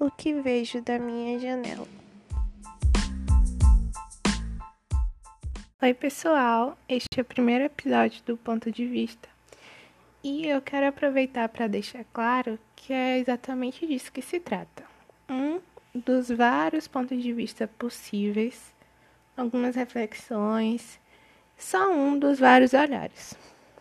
O que vejo da minha janela. Oi, pessoal, este é o primeiro episódio do Ponto de Vista e eu quero aproveitar para deixar claro que é exatamente disso que se trata. Um dos vários pontos de vista possíveis, algumas reflexões, só um dos vários olhares.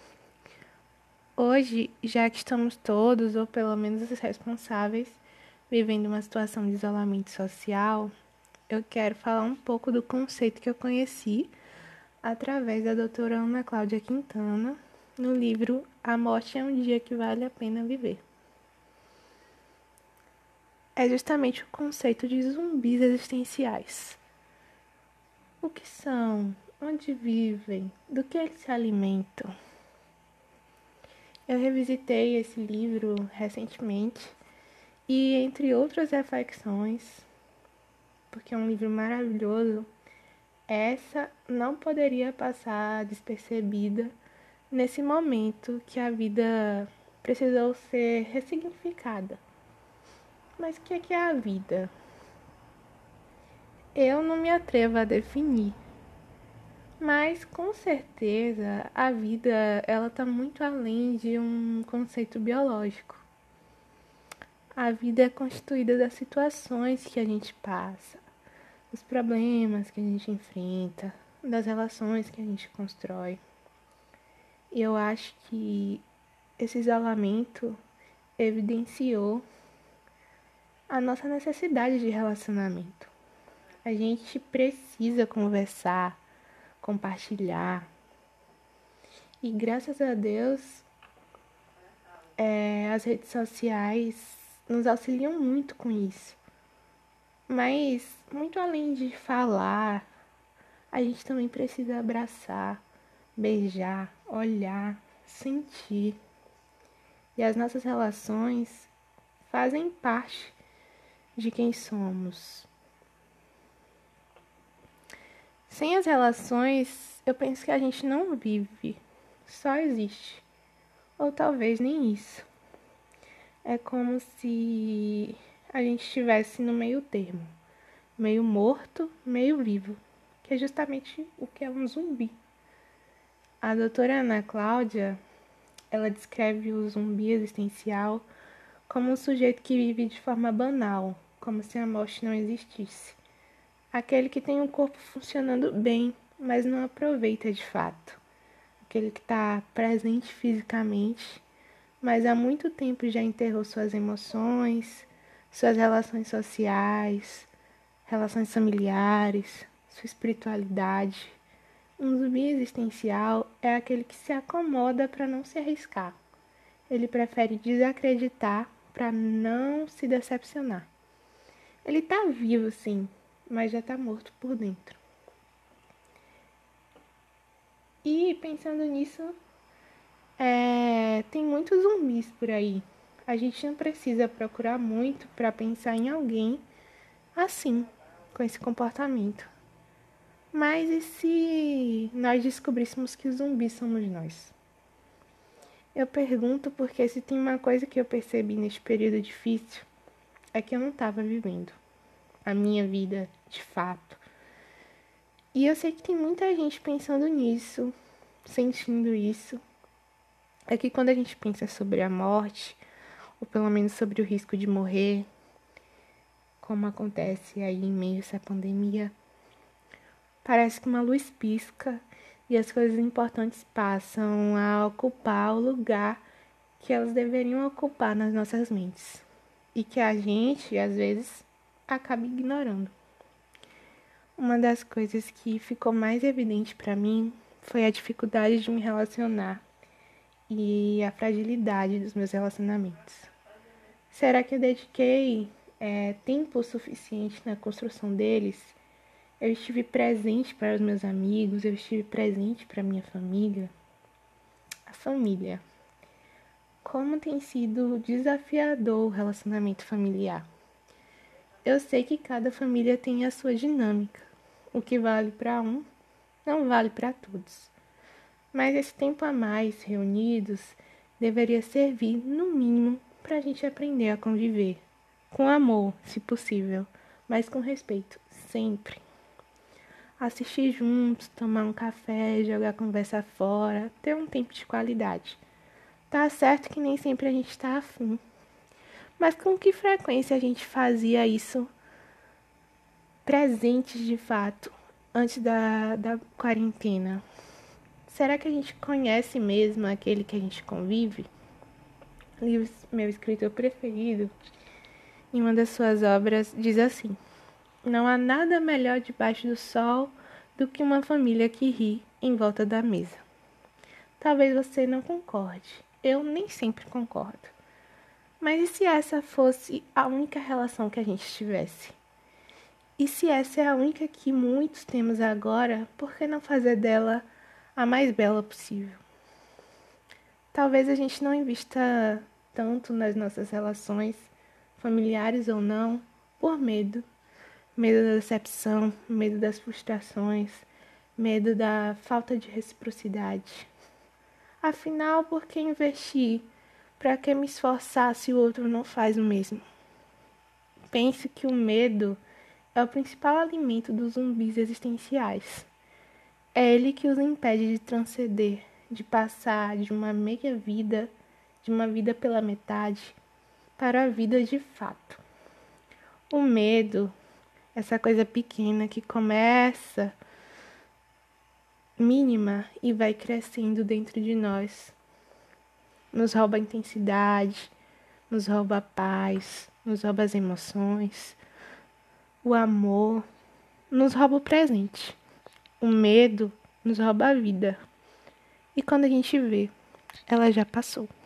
Hoje, já que estamos todos, ou pelo menos os responsáveis, vivendo uma situação de isolamento social, eu quero falar um pouco do conceito que eu conheci através da doutora Ana Cláudia Quintana, no livro A Morte é um Dia que Vale a Pena Viver. É justamente o conceito de zumbis existenciais. O que são? Onde vivem? Do que eles se alimentam? Eu revisitei esse livro recentemente e, entre outras reflexões, porque é um livro maravilhoso, essa não poderia passar despercebida nesse momento que a vida precisou ser ressignificada. Mas o que é a vida? Eu não me atrevo a definir, mas com certeza a vida ela está muito além de um conceito biológico. A vida é constituída das situações que a gente passa, dos problemas que a gente enfrenta, das relações que a gente constrói. E eu acho que esse isolamento evidenciou a nossa necessidade de relacionamento. A gente precisa conversar, compartilhar. E graças a Deus, as redes sociais nos auxiliam muito com isso. Mas, muito além de falar, a gente também precisa abraçar, beijar, olhar, sentir. E as nossas relações fazem parte de quem somos. Sem as relações, eu penso que a gente não vive, só existe. Ou talvez nem isso. É como se a gente estivesse no meio termo, meio morto, meio vivo, que é justamente o que é um zumbi. A doutora Ana Cláudia, ela descreve o zumbi existencial como um sujeito que vive de forma banal, como se a morte não existisse. Aquele que tem um corpo funcionando bem, mas não aproveita de fato. Aquele que está presente fisicamente, mas há muito tempo já enterrou suas emoções, suas relações sociais, relações familiares, sua espiritualidade. Um zumbi existencial é aquele que se acomoda para não se arriscar. Ele prefere desacreditar para não se decepcionar. Ele está vivo, sim, mas já está morto por dentro. E pensando nisso, tem muitos zumbis por aí. A gente não precisa procurar muito para pensar em alguém assim, com esse comportamento. Mas e se nós descobríssemos que os zumbis somos nós? Eu pergunto porque se tem uma coisa que eu percebi neste período difícil, é que eu não estava vivendo a minha vida de fato. E eu sei que tem muita gente pensando nisso, sentindo isso. É que quando a gente pensa sobre a morte, ou pelo menos sobre o risco de morrer, como acontece aí em meio a essa pandemia, parece que uma luz pisca e as coisas importantes passam a ocupar o lugar que elas deveriam ocupar nas nossas mentes. E que a gente, às vezes, acaba ignorando. Uma das coisas que ficou mais evidente para mim foi a dificuldade de me relacionar e a fragilidade dos meus relacionamentos. Será que eu dediquei tempo suficiente na construção deles? Eu estive presente para os meus amigos, eu estive presente para minha família. A família. Como tem sido desafiador o relacionamento familiar. Eu sei que cada família tem a sua dinâmica. O que vale para um, não vale para todos. Mas esse tempo a mais reunidos deveria servir, no mínimo, para a gente aprender a conviver, com amor, se possível, mas com respeito, sempre. Assistir juntos, tomar um café, jogar a conversa fora, ter um tempo de qualidade. Tá certo que nem sempre a gente tá afim, mas com que frequência a gente fazia isso presentes de fato, antes da quarentena? Será que a gente conhece mesmo aquele que a gente convive? Meu escritor preferido, em uma das suas obras, diz assim: não há nada melhor debaixo do sol do que uma família que ri em volta da mesa. Talvez você não concorde, eu nem sempre concordo. Mas e se essa fosse a única relação que a gente tivesse? E se essa é a única que muitos temos agora, por que não fazer dela a mais bela possível? Talvez a gente não invista tanto nas nossas relações, familiares ou não, por medo. Medo da decepção, medo das frustrações, medo da falta de reciprocidade. Afinal, por que investir? Para que me esforçar se o outro não faz o mesmo? Pense que o medo é o principal alimento dos zumbis existenciais. É ele que os impede de transcender, de passar de uma meia vida, de uma vida pela metade, para a vida de fato. O medo, essa coisa pequena que começa mínima e vai crescendo dentro de nós, nos rouba a intensidade, nos rouba a paz, nos rouba as emoções, o amor, nos rouba o presente. O medo nos rouba a vida. E quando a gente vê, ela já passou.